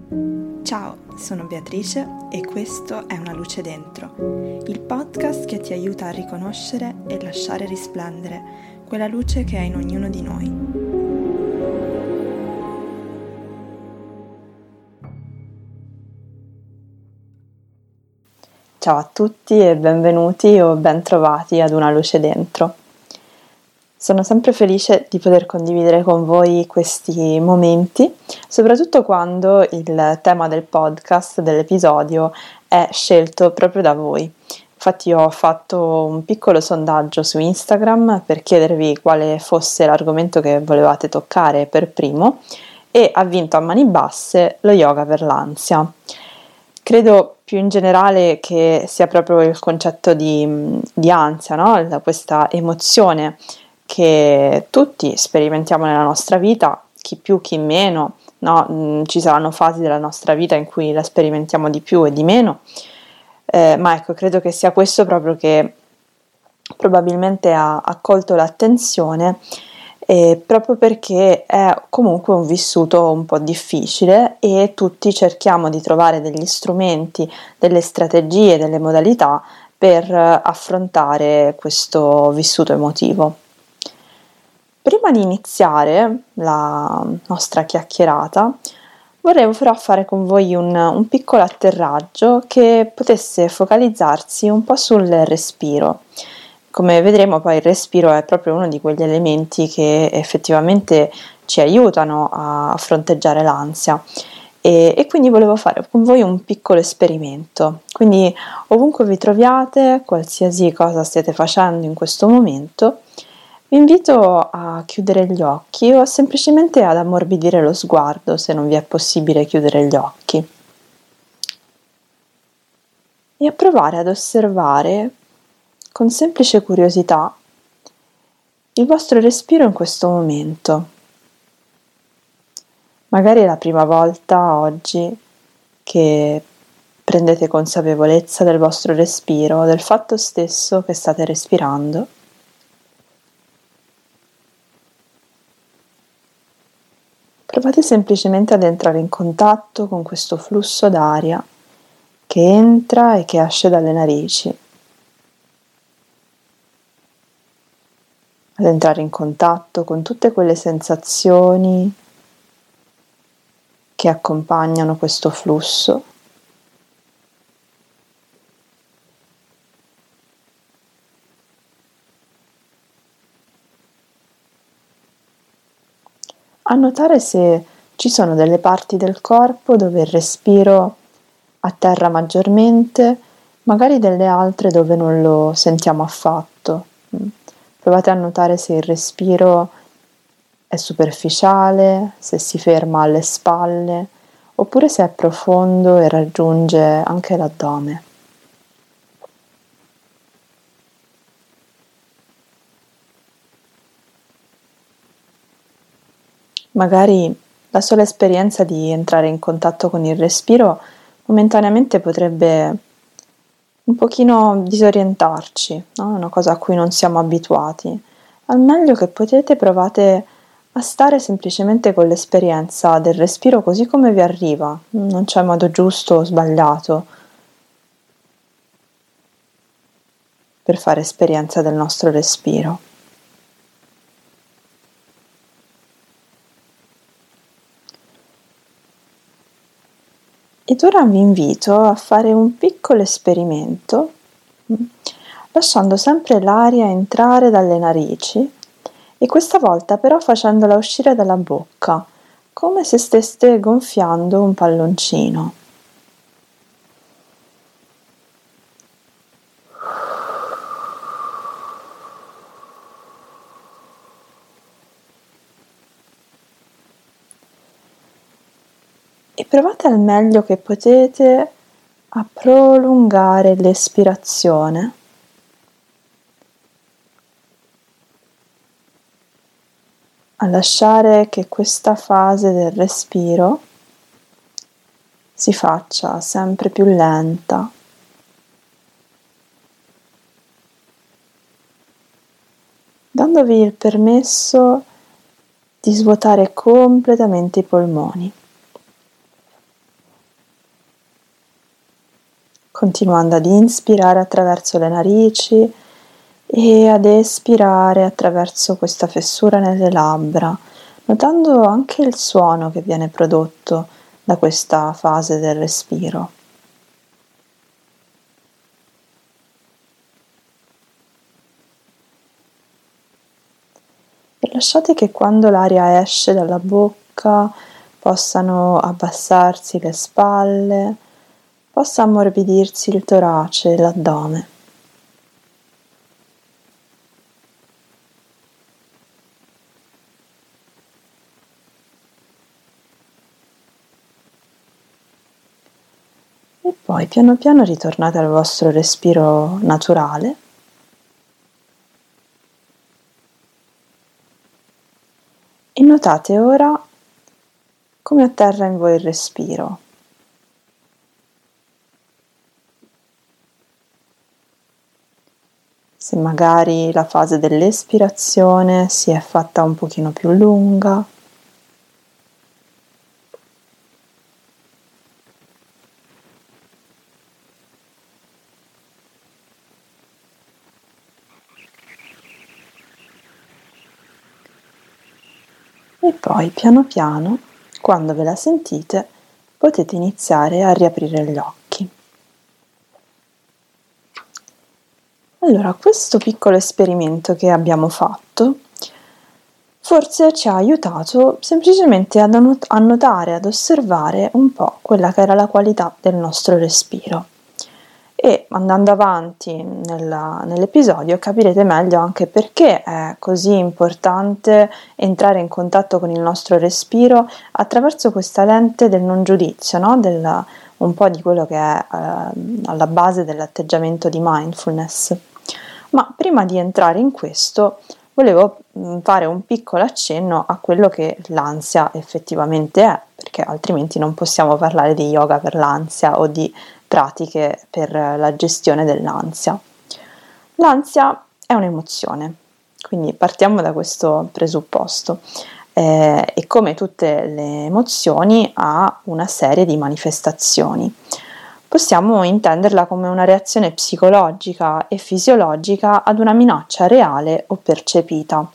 Ciao, sono Beatrice e questo è Una luce dentro, il podcast che ti aiuta a riconoscere e lasciare risplendere quella luce che è in ognuno di noi. Ciao a tutti e benvenuti o bentrovati ad Una luce dentro. Sono sempre felice di poter condividere con voi questi momenti, soprattutto quando il tema del podcast, dell'episodio, è scelto proprio da voi. Infatti ho fatto un piccolo sondaggio su Instagram per chiedervi quale fosse l'argomento che volevate toccare per primo e ha vinto a mani basse lo yoga per l'ansia. Credo più in generale che sia proprio il concetto di ansia, no? Questa emozione che tutti sperimentiamo nella nostra vita, chi più, chi meno, no? Ci saranno fasi della nostra vita in cui la sperimentiamo di più e di meno, ma ecco, credo che sia questo proprio che probabilmente ha colto l'attenzione, proprio perché è comunque un vissuto un po' difficile e tutti cerchiamo di trovare degli strumenti, delle strategie, delle modalità per affrontare questo vissuto emotivo. Prima di iniziare la nostra chiacchierata, vorrei però fare con voi un piccolo atterraggio che potesse focalizzarsi un po' sul respiro. Come vedremo poi il respiro è proprio uno di quegli elementi che effettivamente ci aiutano a fronteggiare l'ansia e quindi volevo fare con voi un piccolo esperimento. Quindi ovunque vi troviate, qualsiasi cosa stiate facendo in questo momento, vi invito a chiudere gli occhi o semplicemente ad ammorbidire lo sguardo se non vi è possibile chiudere gli occhi e a provare ad osservare con semplice curiosità il vostro respiro in questo momento. Magari è la prima volta oggi che prendete consapevolezza del vostro respiro, del fatto stesso che state respirando. Provate semplicemente ad entrare in contatto con questo flusso d'aria che entra e che esce dalle narici, ad entrare in contatto con tutte quelle sensazioni che accompagnano questo flusso. A notare se ci sono delle parti del corpo dove il respiro atterra maggiormente, magari delle altre dove non lo sentiamo affatto. Provate a notare se il respiro è superficiale, se si ferma alle spalle, oppure se è profondo e raggiunge anche l'addome. Magari la sola esperienza di entrare in contatto con il respiro momentaneamente potrebbe un pochino disorientarci, no? È una cosa a cui non siamo abituati. Al meglio che potete provate a stare semplicemente con l'esperienza del respiro così come vi arriva, non c'è modo giusto o sbagliato per fare esperienza del nostro respiro. Ed ora vi invito a fare un piccolo esperimento, lasciando sempre l'aria entrare dalle narici e questa volta però facendola uscire dalla bocca, come se steste gonfiando un palloncino. E provate al meglio che potete a prolungare l'espirazione, a lasciare che questa fase del respiro si faccia sempre più lenta, dandovi il permesso di svuotare completamente i polmoni. continuando ad inspirare attraverso le narici e ad espirare attraverso questa fessura nelle labbra, notando anche il suono che viene prodotto da questa fase del respiro. E lasciate che quando l'aria esce dalla bocca possano abbassarsi le spalle, possa ammorbidirsi il torace e l'addome. E poi piano piano ritornate al vostro respiro naturale. E notate ora come atterra in voi il respiro. Se magari la fase dell'espirazione si è fatta un pochino più lunga. E poi piano piano, quando ve la sentite, potete iniziare a riaprire gli occhi. Allora, questo piccolo esperimento che abbiamo fatto forse ci ha aiutato semplicemente a notare, ad osservare un po' quella che era la qualità del nostro respiro. E andando avanti nell'episodio capirete meglio anche perché è così importante entrare in contatto con il nostro respiro attraverso questa lente del non giudizio, no? Un po' di quello che è alla base dell'atteggiamento di mindfulness. Ma prima di entrare in questo volevo fare un piccolo accenno a quello che l'ansia effettivamente è, perché altrimenti non possiamo parlare di yoga per l'ansia o di pratiche per la gestione dell'ansia. L'ansia è un'emozione, quindi partiamo da questo presupposto. E come tutte le emozioni ha una serie di manifestazioni. Possiamo intenderla come una reazione psicologica e fisiologica ad una minaccia reale o percepita.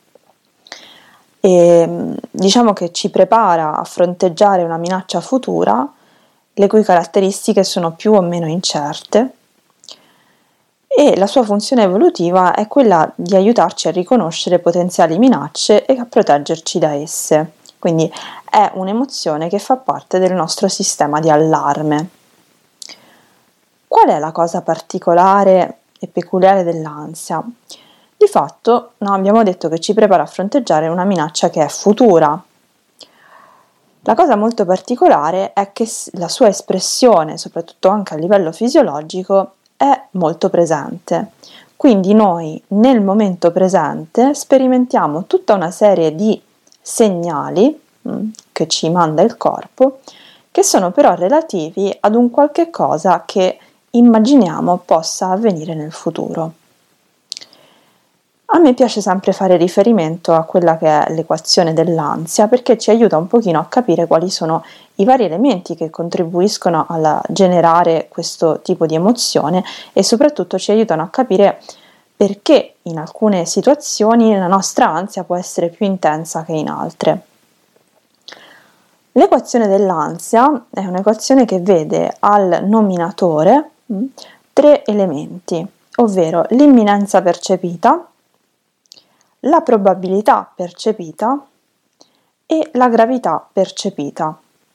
E diciamo che ci prepara a fronteggiare una minaccia futura, le cui caratteristiche sono più o meno incerte, e la sua funzione evolutiva è quella di aiutarci a riconoscere potenziali minacce e a proteggerci da esse. Quindi è un'emozione che fa parte del nostro sistema di allarme. Qual è la cosa particolare e peculiare dell'ansia? Di fatto, abbiamo detto che ci prepara a fronteggiare una minaccia che è futura. La cosa molto particolare è che la sua espressione, soprattutto anche a livello fisiologico, è molto presente. Quindi noi nel momento presente sperimentiamo tutta una serie di segnali che ci manda il corpo, che sono però relativi ad un qualche cosa che immaginiamo possa avvenire nel futuro. A me piace sempre fare riferimento a quella che è l'equazione dell'ansia, perché ci aiuta un pochino a capire quali sono i vari elementi che contribuiscono a generare questo tipo di emozione e soprattutto ci aiutano a capire perché in alcune situazioni la nostra ansia può essere più intensa che in altre. L'equazione dell'ansia è un'equazione che vede al nominatore 3 elementi, ovvero l'imminenza percepita, la probabilità percepita e la gravità percepita.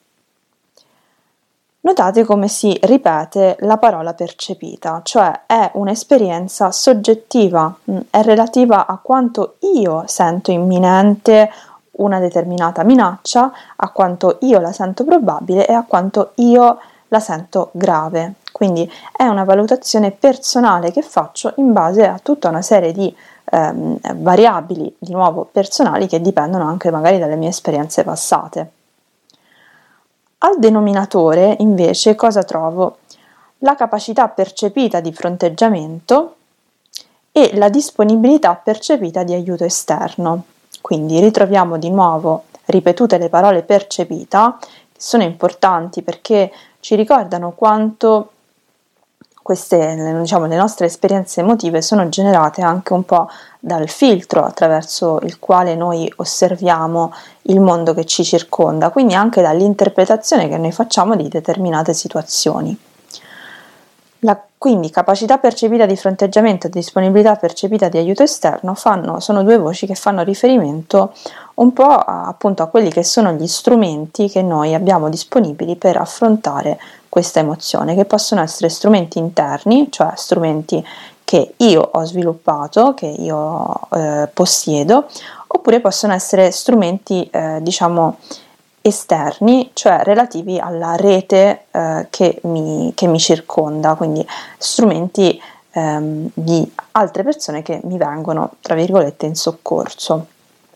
Notate come si ripete la parola percepita, cioè è un'esperienza soggettiva, è relativa a quanto io sento imminente una determinata minaccia, a quanto io la sento probabile e a quanto io la sento grave. Quindi è una valutazione personale che faccio in base a tutta una serie di variabili, di nuovo personali, che dipendono anche magari dalle mie esperienze passate. Al denominatore invece cosa trovo? La capacità percepita di fronteggiamento e la disponibilità percepita di aiuto esterno. Quindi ritroviamo di nuovo ripetute le parole percepita, che sono importanti perché ci ricordano quanto le nostre esperienze emotive sono generate anche un po' dal filtro attraverso il quale noi osserviamo il mondo che ci circonda, quindi anche dall'interpretazione che noi facciamo di determinate situazioni. Quindi capacità percepita di fronteggiamento e disponibilità percepita di aiuto esterno sono due voci che fanno riferimento un po' appunto a quelli che sono gli strumenti che noi abbiamo disponibili per affrontare questa emozione, che possono essere strumenti interni, cioè strumenti che io ho sviluppato, che io possiedo, oppure possono essere strumenti esterni, cioè relativi alla rete che mi circonda, quindi strumenti di altre persone che mi vengono, tra virgolette, in soccorso.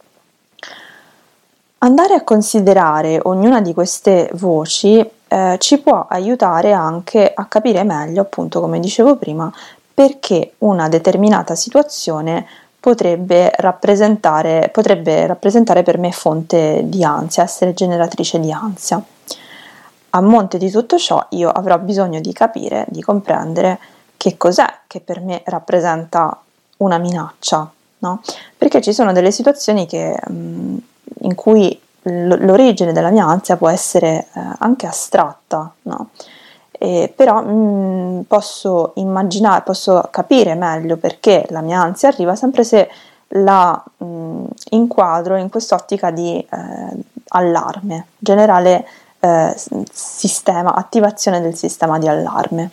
Andare a considerare ognuna di queste voci ci può aiutare anche a capire meglio, appunto, come dicevo prima, perché una determinata situazione potrebbe rappresentare per me fonte di ansia, essere generatrice di ansia. A monte di tutto ciò io avrò bisogno di capire, di comprendere che cos'è che per me rappresenta una minaccia, no? Perché ci sono delle situazioni in cui l'origine della mia ansia può essere anche astratta, no? Però posso capire meglio perché la mia ansia arriva sempre se la inquadro in quest'ottica di allarme, generale attivazione del sistema di allarme.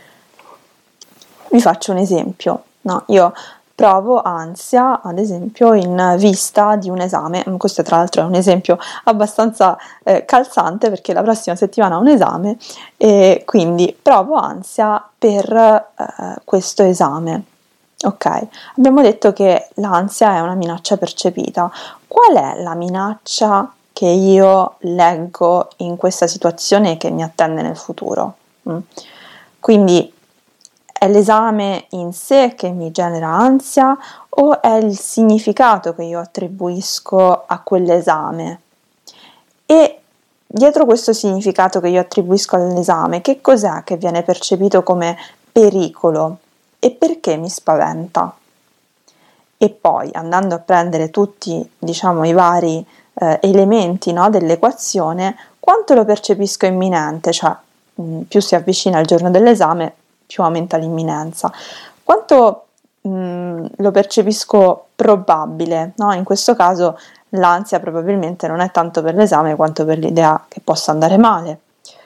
Vi faccio un esempio, no? Io provo ansia, ad esempio, in vista di un esame. Questo tra l'altro è un esempio abbastanza calzante perché la prossima settimana ho un esame e quindi provo ansia per questo esame. Ok, abbiamo detto che l'ansia è una minaccia percepita. Qual è la minaccia che io leggo in questa situazione che mi attende nel futuro? Quindi è l'esame in sé che mi genera ansia o è il significato che io attribuisco a quell'esame? E dietro questo significato che io attribuisco all'esame, che cos'è che viene percepito come pericolo e perché mi spaventa? E poi, andando a prendere tutti, i vari elementi, no, dell'equazione, quanto lo percepisco imminente, cioè più si avvicina il giorno dell'esame, più aumenta l'imminenza. Quanto lo percepisco probabile, no? In questo caso l'ansia probabilmente non è tanto per l'esame quanto per l'idea che possa andare male.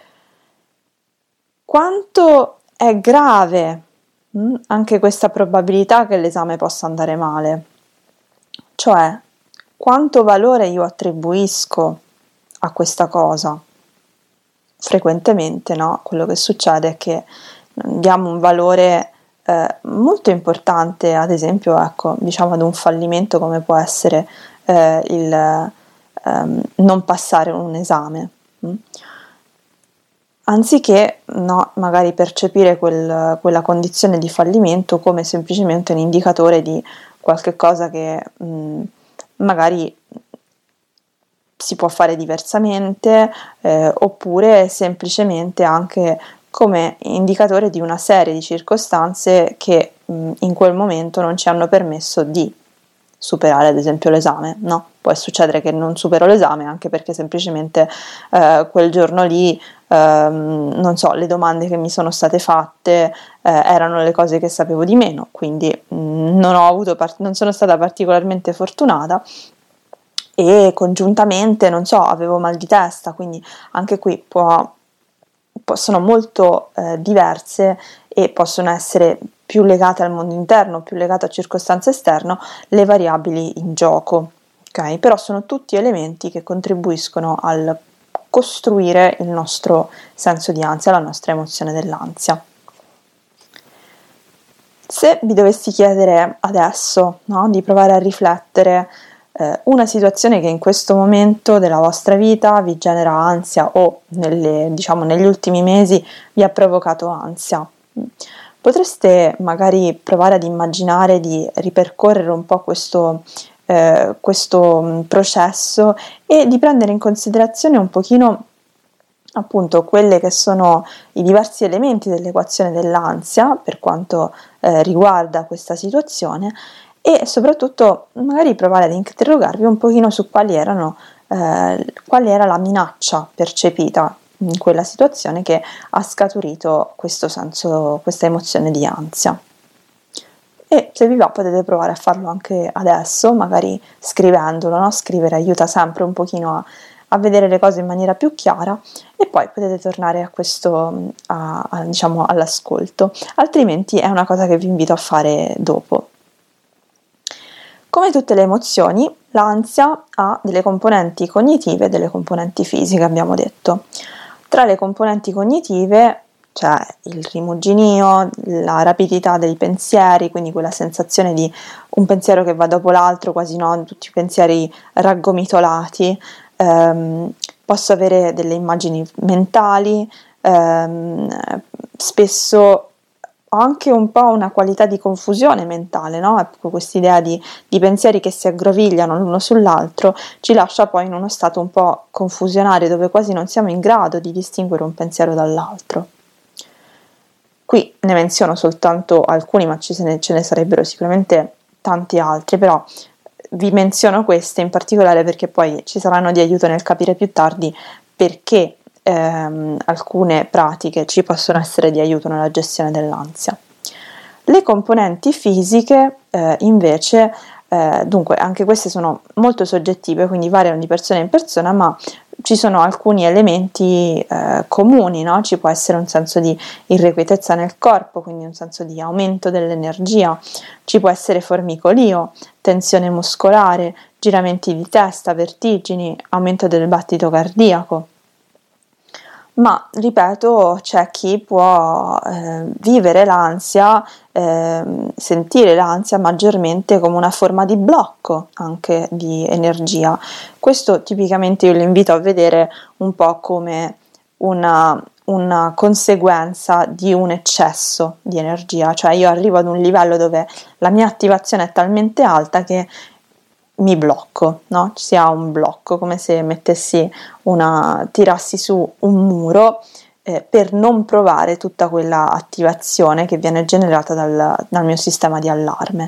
Quanto è grave anche questa probabilità che l'esame possa andare male? Cioè, quanto valore io attribuisco a questa cosa? Frequentemente, no? Quello che succede è che diamo un valore molto importante, ad esempio, ad un fallimento come può essere il non passare un esame, anziché magari percepire quella condizione di fallimento come semplicemente un indicatore di qualche cosa che magari si può fare diversamente, oppure semplicemente anche come indicatore di una serie di circostanze che in quel momento non ci hanno permesso di superare ad esempio l'esame, no? Può succedere che non supero l'esame anche perché semplicemente quel giorno lì, non so, le domande che mi sono state fatte erano le cose che sapevo di meno, quindi non sono stata particolarmente fortunata e congiuntamente, non so, avevo mal di testa, quindi anche qui sono molto diverse e possono essere più legate al mondo interno, più legate a circostanze esterne, le variabili in gioco, ok? Però sono tutti elementi che contribuiscono al costruire il nostro senso di ansia, la nostra emozione dell'ansia. Se vi dovessi chiedere adesso, no, di provare a riflettere una situazione che in questo momento della vostra vita vi genera ansia o negli ultimi mesi vi ha provocato ansia, potreste magari provare ad immaginare di ripercorrere un po' questo processo e di prendere in considerazione un pochino appunto quelle che sono i diversi elementi dell'equazione dell'ansia per quanto riguarda questa situazione, e soprattutto magari provare ad interrogarvi un pochino su quali era la minaccia percepita in quella situazione che ha scaturito questo senso, questa emozione di ansia. E se vi va potete provare a farlo anche adesso, magari scrivendolo, no? Scrivere aiuta sempre un pochino a vedere le cose in maniera più chiara, e poi potete tornare a questo, diciamo, all'ascolto, altrimenti è una cosa che vi invito a fare dopo. Come tutte le emozioni, l'ansia ha delle componenti cognitive e delle componenti fisiche, abbiamo detto. Tra le componenti cognitive c'è il rimuginio, la rapidità dei pensieri, quindi quella sensazione di un pensiero che va dopo l'altro, quasi no, tutti i pensieri raggomitolati. Posso avere delle immagini mentali, spesso ho anche un po' una qualità di confusione mentale, no? Ecco, quest'idea di pensieri che si aggrovigliano l'uno sull'altro ci lascia poi in uno stato un po' confusionario, dove quasi non siamo in grado di distinguere un pensiero dall'altro. Qui ne menziono soltanto alcuni, ma ce ne sarebbero sicuramente tanti altri, però vi menziono queste in particolare perché poi ci saranno di aiuto nel capire più tardi perché alcune pratiche ci possono essere di aiuto nella gestione dell'ansia. Le componenti fisiche invece, dunque anche queste sono molto soggettive, quindi variano di persona in persona, ma ci sono alcuni elementi comuni, no? Ci può essere un senso di irrequietezza nel corpo, quindi un senso di aumento dell'energia, ci può essere formicolio, tensione muscolare, giramenti di testa, vertigini, aumento del battito cardiaco. Ma, ripeto, c'è chi può vivere l'ansia, sentire l'ansia maggiormente come una forma di blocco anche di energia. Questo tipicamente io lo invito a vedere un po' come una conseguenza di un eccesso di energia, cioè io arrivo ad un livello dove la mia attivazione è talmente alta che mi blocco, no? Si ha un blocco, come se tirassi su un muro per non provare tutta quella attivazione che viene generata dal mio sistema di allarme.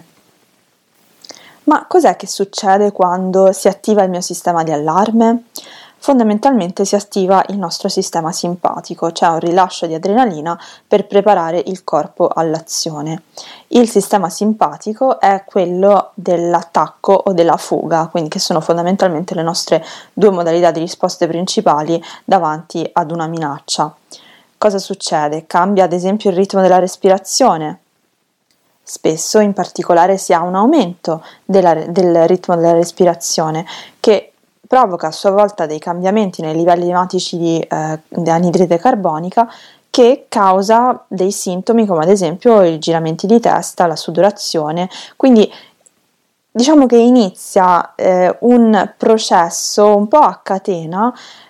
Ma cos'è che succede quando si attiva il mio sistema di allarme? Fondamentalmente si attiva il nostro sistema simpatico, cioè un rilascio di adrenalina per preparare il corpo all'azione. Il sistema simpatico è quello dell'attacco o della fuga, quindi che sono fondamentalmente le nostre due modalità di risposte principali davanti ad una minaccia. Cosa succede? Cambia ad esempio il ritmo della respirazione. Spesso in particolare si ha un aumento del ritmo della respirazione che provoca a sua volta dei cambiamenti nei livelli ematici di anidride carbonica, che causa dei sintomi come ad esempio i giramenti di testa, la sudorazione. Quindi diciamo che inizia un processo un po' a catena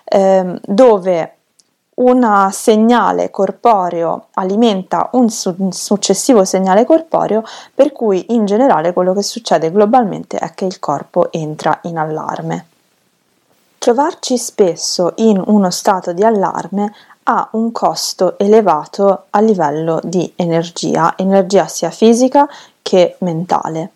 dove un segnale corporeo alimenta un successivo segnale corporeo, per cui in generale quello che succede globalmente è che il corpo entra in allarme. Trovarci spesso in uno stato di allarme ha un costo elevato a livello di energia sia fisica che mentale.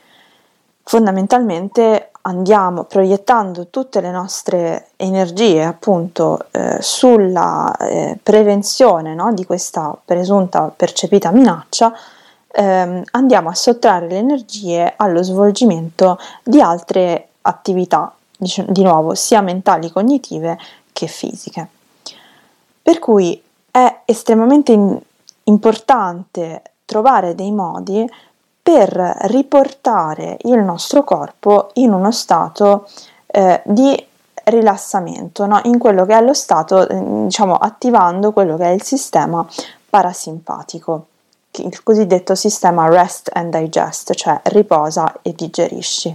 Fondamentalmente andiamo proiettando tutte le nostre energie appunto sulla prevenzione, no, di questa presunta percepita minaccia, andiamo a sottrarre le energie allo svolgimento di altre attività, di nuovo sia mentali, cognitive che fisiche. Per cui è estremamente importante trovare dei modi per riportare il nostro corpo in uno stato di rilassamento, no? In quello che è lo stato, diciamo, attivando quello che è il sistema parasimpatico, il cosiddetto sistema rest and digest, cioè riposa e digerisci.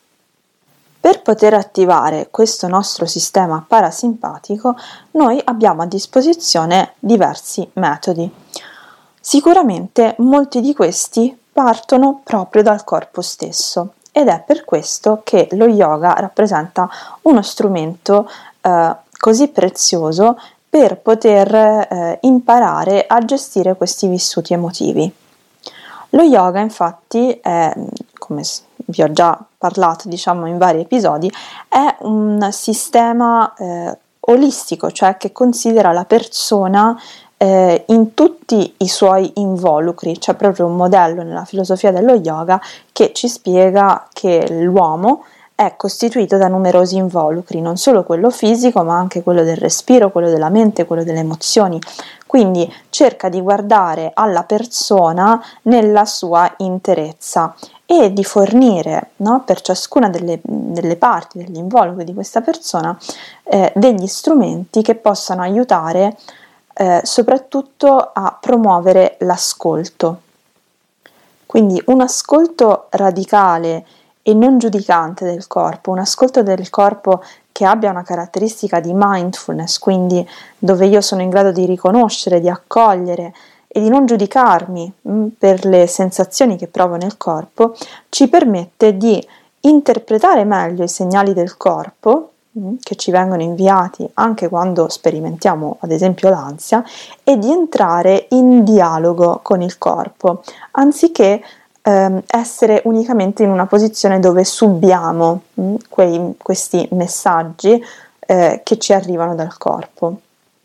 Per poter attivare questo nostro sistema parasimpatico, noi abbiamo a disposizione diversi metodi. Sicuramente molti di questi partono proprio dal corpo stesso, ed è per questo che lo yoga rappresenta uno strumento così prezioso per poter imparare a gestire questi vissuti emotivi. Lo yoga, infatti, è, come vi ho già parlato, diciamo, in vari episodi, è un sistema olistico, cioè che considera la persona in tutti i suoi involucri. C'è proprio un modello nella filosofia dello yoga che ci spiega che l'uomo è costituito da numerosi involucri, non solo quello fisico, ma anche quello del respiro, quello della mente, quello delle emozioni. Quindi cerca di guardare alla persona nella sua interezza e di fornire, no, per ciascuna delle parti, degli involucri di questa persona, degli strumenti che possano aiutare soprattutto a promuovere l'ascolto. Quindi un ascolto radicale e non giudicante del corpo, un ascolto del corpo che abbia una caratteristica di mindfulness, quindi dove io sono in grado di riconoscere, di accogliere e di non giudicarmi per le sensazioni che provo nel corpo, ci permette di interpretare meglio i segnali del corpo che ci vengono inviati anche quando sperimentiamo ad esempio l'ansia e di entrare in dialogo con il corpo, anziché essere unicamente in una posizione dove subiamo questi messaggi che ci arrivano dal corpo.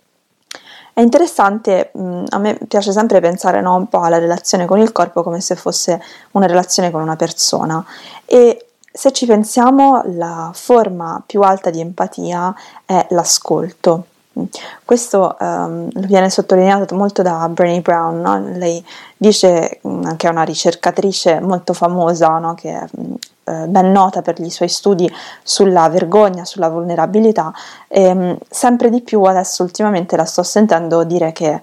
È interessante, a me piace sempre pensare, no, un po' alla relazione con il corpo come se fosse una relazione con una persona, e se ci pensiamo la forma più alta di empatia è l'ascolto. Questo viene sottolineato molto da Brené Brown, no? Lei dice, che è una ricercatrice molto famosa, no? Che è ben nota per i suoi studi sulla vergogna, sulla vulnerabilità, e sempre di più adesso ultimamente la sto sentendo dire che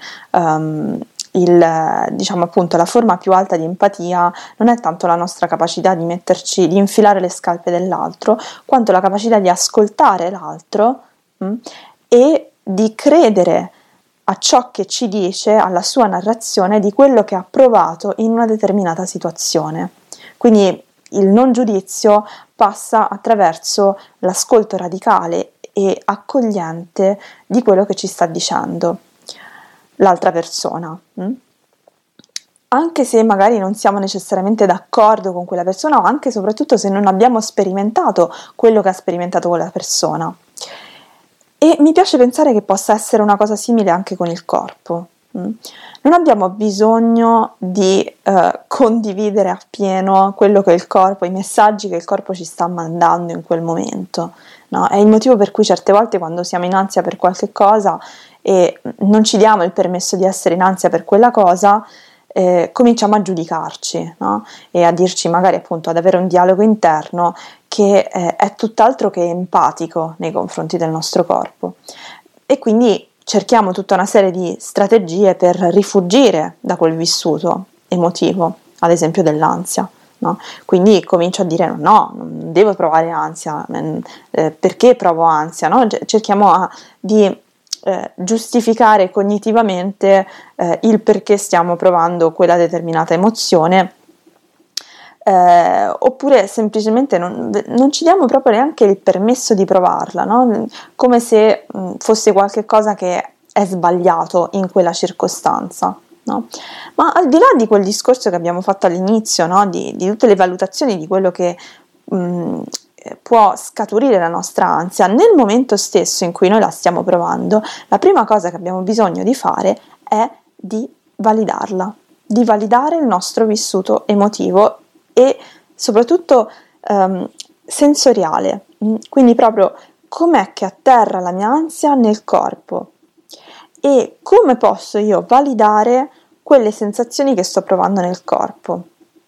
diciamo appunto la forma più alta di empatia non è tanto la nostra capacità di di infilare le scarpe dell'altro, quanto la capacità di ascoltare l'altro e di credere a ciò che ci dice, alla sua narrazione di quello che ha provato in una determinata situazione. Quindi il non giudizio passa attraverso l'ascolto radicale e accogliente di quello che ci sta dicendo l'altra persona. Anche se magari non siamo necessariamente d'accordo con quella persona, o anche e soprattutto se non abbiamo sperimentato quello che ha sperimentato quella persona. E mi piace pensare che possa essere una cosa simile anche con il corpo. Non abbiamo bisogno di condividere appieno quello che il corpo, i messaggi che il corpo ci sta mandando in quel momento, no? È il motivo per cui certe volte quando siamo in ansia per qualche cosa e non ci diamo il permesso di essere in ansia per quella cosa, cominciamo a giudicarci, no? E a dirci magari appunto ad avere un dialogo interno che è tutt'altro che empatico nei confronti del nostro corpo, e quindi cerchiamo tutta una serie di strategie per rifuggire da quel vissuto emotivo, ad esempio dell'ansia, no? Quindi comincio a dire no, non devo provare ansia, perché provo ansia, no? Cerchiamo di giustificare cognitivamente il perché stiamo provando quella determinata emozione, oppure semplicemente non ci diamo proprio neanche il permesso di provarla, no? Come se fosse qualche cosa che è sbagliato in quella circostanza, no? Ma al di là di quel discorso che abbiamo fatto all'inizio, no? Di tutte le valutazioni di quello che può scaturire la nostra ansia, nel momento stesso in cui noi la stiamo provando, la prima cosa che abbiamo bisogno di fare è di validarla, di validare il nostro vissuto emotivo e soprattutto sensoriale. Quindi proprio com'è che atterra la mia ansia nel corpo e come posso io validare quelle sensazioni che sto provando nel corpo.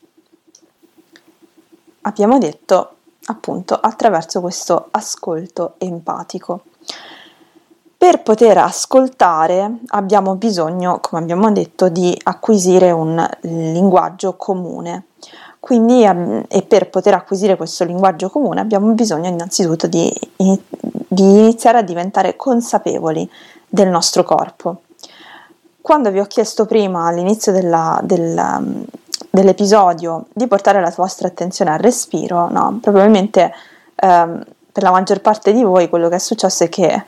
Abbiamo detto appunto attraverso questo ascolto empatico. Per poter ascoltare abbiamo bisogno, come abbiamo detto, di acquisire un linguaggio comune. Quindi, e per poter acquisire questo linguaggio comune abbiamo bisogno innanzitutto di iniziare a diventare consapevoli del nostro corpo. Quando vi ho chiesto prima all'inizio dell'episodio di portare la vostra attenzione al respiro, no? Probabilmente per la maggior parte di voi quello che è successo è che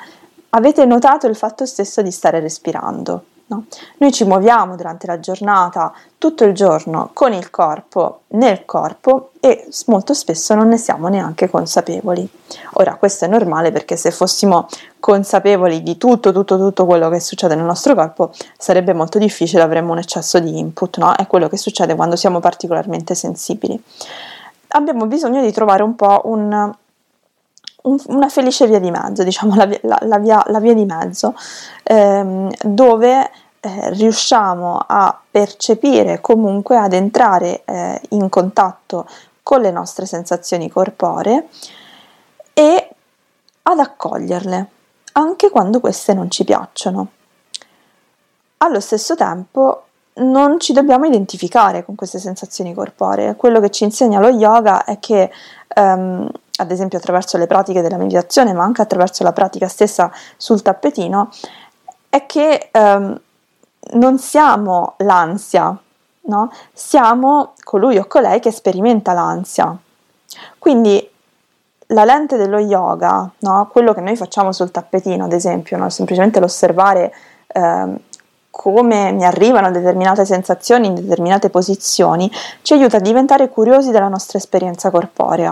avete notato il fatto stesso di stare respirando, no? Noi ci muoviamo durante la giornata, tutto il giorno, con il corpo, nel corpo, e molto spesso non ne siamo neanche consapevoli. Ora, questo è normale, perché se fossimo consapevoli di tutto quello che succede nel nostro corpo, sarebbe molto difficile, avremmo un eccesso di input, no? È quello che succede quando siamo particolarmente sensibili. Abbiamo bisogno di trovare un po' una felice via di mezzo, diciamo la via di mezzo, dove riusciamo a percepire, comunque ad entrare in contatto con le nostre sensazioni corporee e ad accoglierle, anche quando queste non ci piacciono. Allo stesso tempo non ci dobbiamo identificare con queste sensazioni corporee. Quello che ci insegna lo yoga è che, ad esempio attraverso le pratiche della meditazione, ma anche attraverso la pratica stessa sul tappetino, è che non siamo l'ansia, no? Siamo colui o colei che sperimenta l'ansia. Quindi la lente dello yoga, no? Quello che noi facciamo sul tappetino, ad esempio, no? Semplicemente l'osservare come mi arrivano determinate sensazioni in determinate posizioni, ci aiuta a diventare curiosi della nostra esperienza corporea.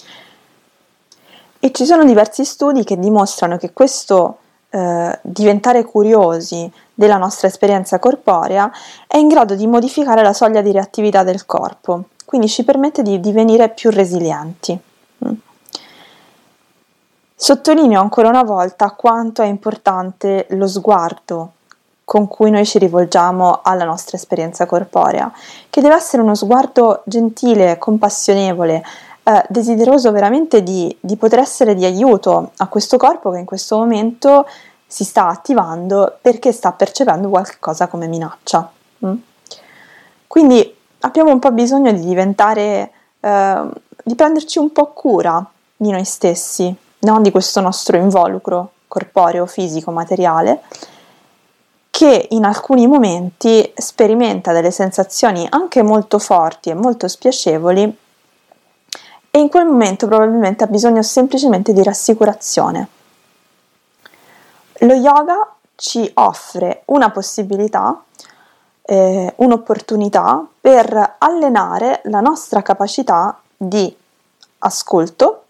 E ci sono diversi studi che dimostrano che questo diventare curiosi della nostra esperienza corporea è in grado di modificare la soglia di reattività del corpo, quindi ci permette di divenire più resilienti. Sottolineo ancora una volta quanto è importante lo sguardo con cui noi ci rivolgiamo alla nostra esperienza corporea, che deve essere uno sguardo gentile, compassionevole, desideroso veramente di poter essere di aiuto a questo corpo che in questo momento si sta attivando perché sta percependo qualcosa come minaccia. Quindi abbiamo un po' bisogno di diventare, di prenderci un po' cura di noi stessi, no? Di questo nostro involucro corporeo, fisico, materiale, che in alcuni momenti sperimenta delle sensazioni anche molto forti e molto spiacevoli, e in quel momento probabilmente ha bisogno semplicemente di rassicurazione. Lo yoga ci offre una possibilità, un'opportunità per allenare la nostra capacità di ascolto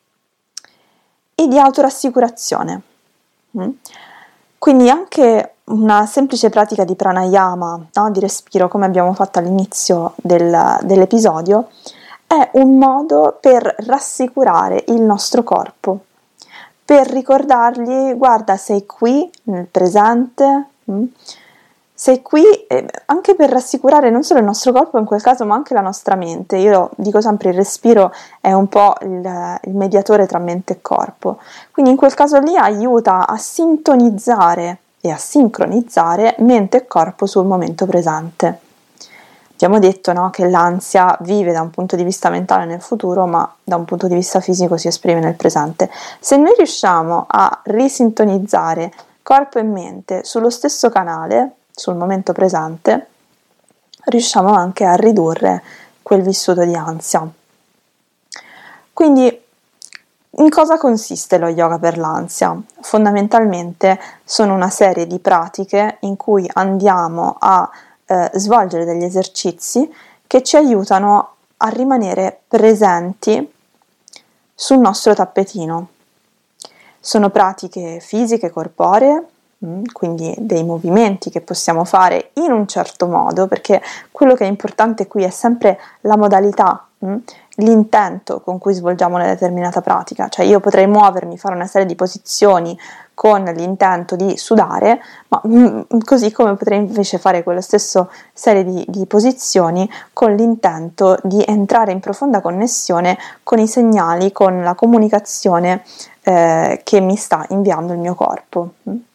e di autorassicurazione. Quindi anche una semplice pratica di pranayama, no, di respiro, come abbiamo fatto all'inizio dell'episodio, è un modo per rassicurare il nostro corpo, per ricordargli: guarda, sei qui nel presente, sei qui, anche per rassicurare non solo il nostro corpo in quel caso, ma anche la nostra mente. Io dico sempre: il respiro è un po' il mediatore tra mente e corpo, quindi in quel caso lì aiuta a sintonizzare e a sincronizzare mente e corpo sul momento presente. Abbiamo detto, no, che l'ansia vive da un punto di vista mentale nel futuro, ma da un punto di vista fisico si esprime nel presente. Se noi riusciamo a risintonizzare corpo e mente sullo stesso canale, sul momento presente, riusciamo anche a ridurre quel vissuto di ansia. Quindi, in cosa consiste lo yoga per l'ansia? Fondamentalmente sono una serie di pratiche in cui andiamo a svolgere degli esercizi che ci aiutano a rimanere presenti sul nostro tappetino. Sono pratiche fisiche, corporee, quindi dei movimenti che possiamo fare in un certo modo, perché quello che è importante qui è sempre la modalità, l'intento con cui svolgiamo una determinata pratica. Cioè io potrei muovermi, fare una serie di posizioni con l'intento di sudare, ma così come potrei invece fare quella stessa serie di posizioni con l'intento di entrare in profonda connessione con i segnali, con la comunicazione che mi sta inviando il mio corpo.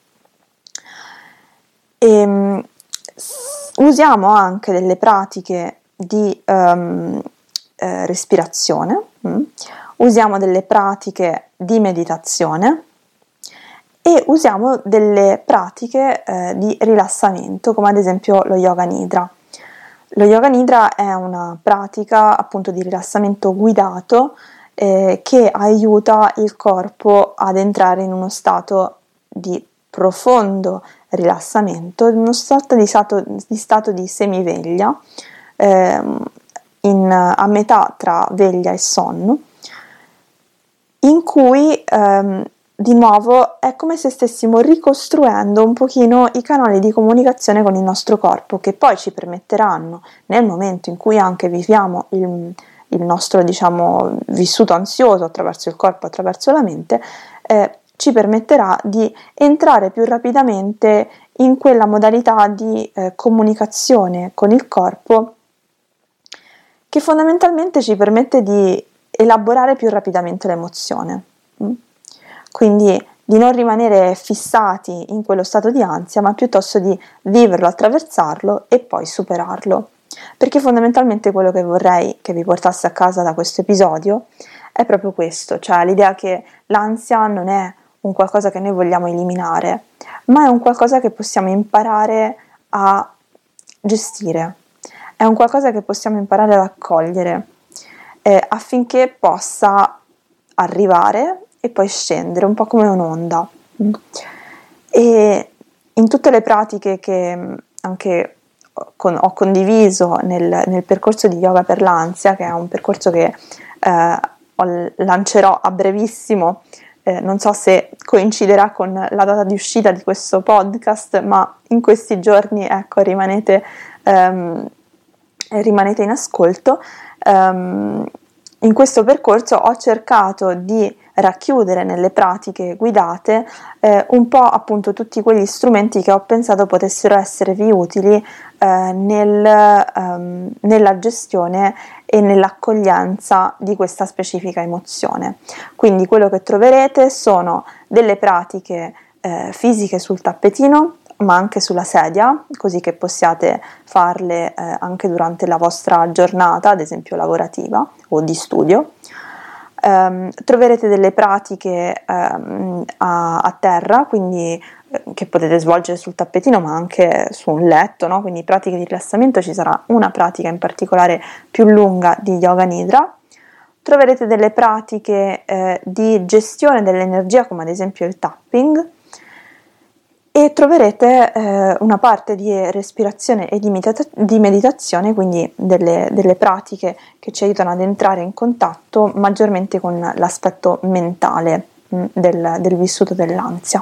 Usiamo anche delle pratiche di respirazione, usiamo delle pratiche di meditazione e usiamo delle pratiche di rilassamento, come ad esempio lo Yoga Nidra. Lo Yoga Nidra è una pratica appunto di rilassamento guidato che aiuta il corpo ad entrare in uno stato di profondo rilassamento, uno stato di semiveglia, a metà tra veglia e sonno, in cui di nuovo è come se stessimo ricostruendo un pochino i canali di comunicazione con il nostro corpo, che poi ci permetteranno, nel momento in cui anche viviamo il nostro, diciamo, vissuto ansioso attraverso il corpo, attraverso la mente, ci permetterà di entrare più rapidamente in quella modalità di comunicazione con il corpo che fondamentalmente ci permette di elaborare più rapidamente l'emozione. Quindi di non rimanere fissati in quello stato di ansia, ma piuttosto di viverlo, attraversarlo e poi superarlo. Perché fondamentalmente quello che vorrei che vi portasse a casa da questo episodio è proprio questo, cioè l'idea che l'ansia non è un qualcosa che noi vogliamo eliminare, ma è un qualcosa che possiamo imparare a gestire, è un qualcosa che possiamo imparare ad accogliere affinché possa arrivare e poi scendere, un po' come un'onda. E in tutte le pratiche che anche ho condiviso nel percorso di yoga per l'ansia, che è un percorso che lancerò a brevissimo, non so se coinciderà con la data di uscita di questo podcast, ma in questi giorni, ecco, rimanete in ascolto. In questo percorso ho cercato di racchiudere nelle pratiche guidate un po' appunto tutti quegli strumenti che ho pensato potessero esservi utili nella gestione e nell'accoglienza di questa specifica emozione. Quindi quello che troverete sono delle pratiche fisiche sul tappetino, ma anche sulla sedia, così che possiate farle anche durante la vostra giornata, ad esempio lavorativa o di studio. Troverete delle pratiche a terra, quindi che potete svolgere sul tappetino ma anche su un letto, no? Quindi pratiche di rilassamento. Ci sarà una pratica in particolare più lunga di Yoga Nidra. Troverete delle pratiche di gestione dell'energia, come ad esempio il tapping, e troverete una parte di respirazione e di meditazione, quindi delle pratiche che ci aiutano ad entrare in contatto maggiormente con l'aspetto mentale del vissuto dell'ansia.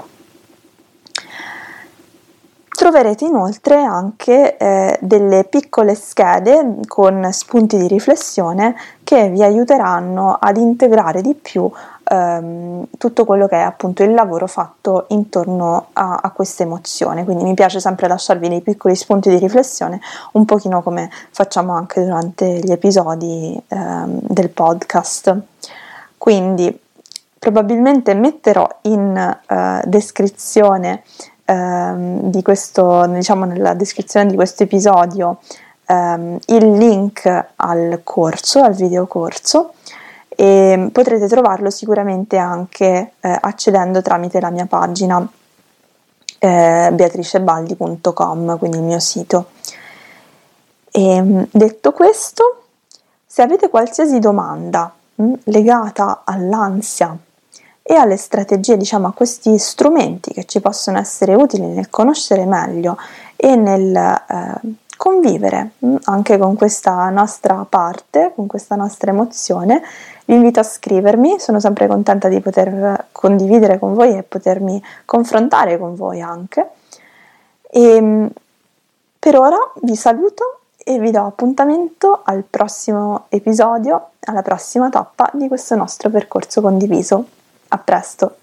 Troverete inoltre anche delle piccole schede con spunti di riflessione che vi aiuteranno ad integrare di più tutto quello che è appunto il lavoro fatto intorno a questa emozione. Quindi mi piace sempre lasciarvi dei piccoli spunti di riflessione, un pochino come facciamo anche durante gli episodi del podcast. Quindi probabilmente metterò in descrizione di questo, diciamo nella descrizione di questo episodio, il link al corso, al videocorso, e potrete trovarlo sicuramente anche accedendo tramite la mia pagina beatricebaldi.com, quindi il mio sito. E, detto questo, se avete qualsiasi domanda legata all'ansia e alle strategie, diciamo a questi strumenti che ci possono essere utili nel conoscere meglio e nel convivere anche con questa nostra parte, con questa nostra emozione, vi invito a scrivermi. Sono sempre contenta di poter condividere con voi e potermi confrontare con voi anche. E per ora vi saluto e vi do appuntamento al prossimo episodio, alla prossima tappa di questo nostro percorso condiviso. A presto!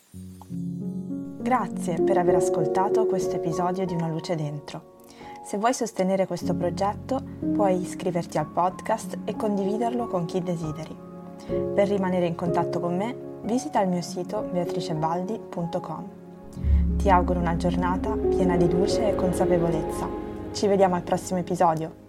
Grazie per aver ascoltato questo episodio di Una luce dentro. Se vuoi sostenere questo progetto, puoi iscriverti al podcast e condividerlo con chi desideri. Per rimanere in contatto con me, visita il mio sito beatricebaldi.com. Ti auguro una giornata piena di luce e consapevolezza. Ci vediamo al prossimo episodio.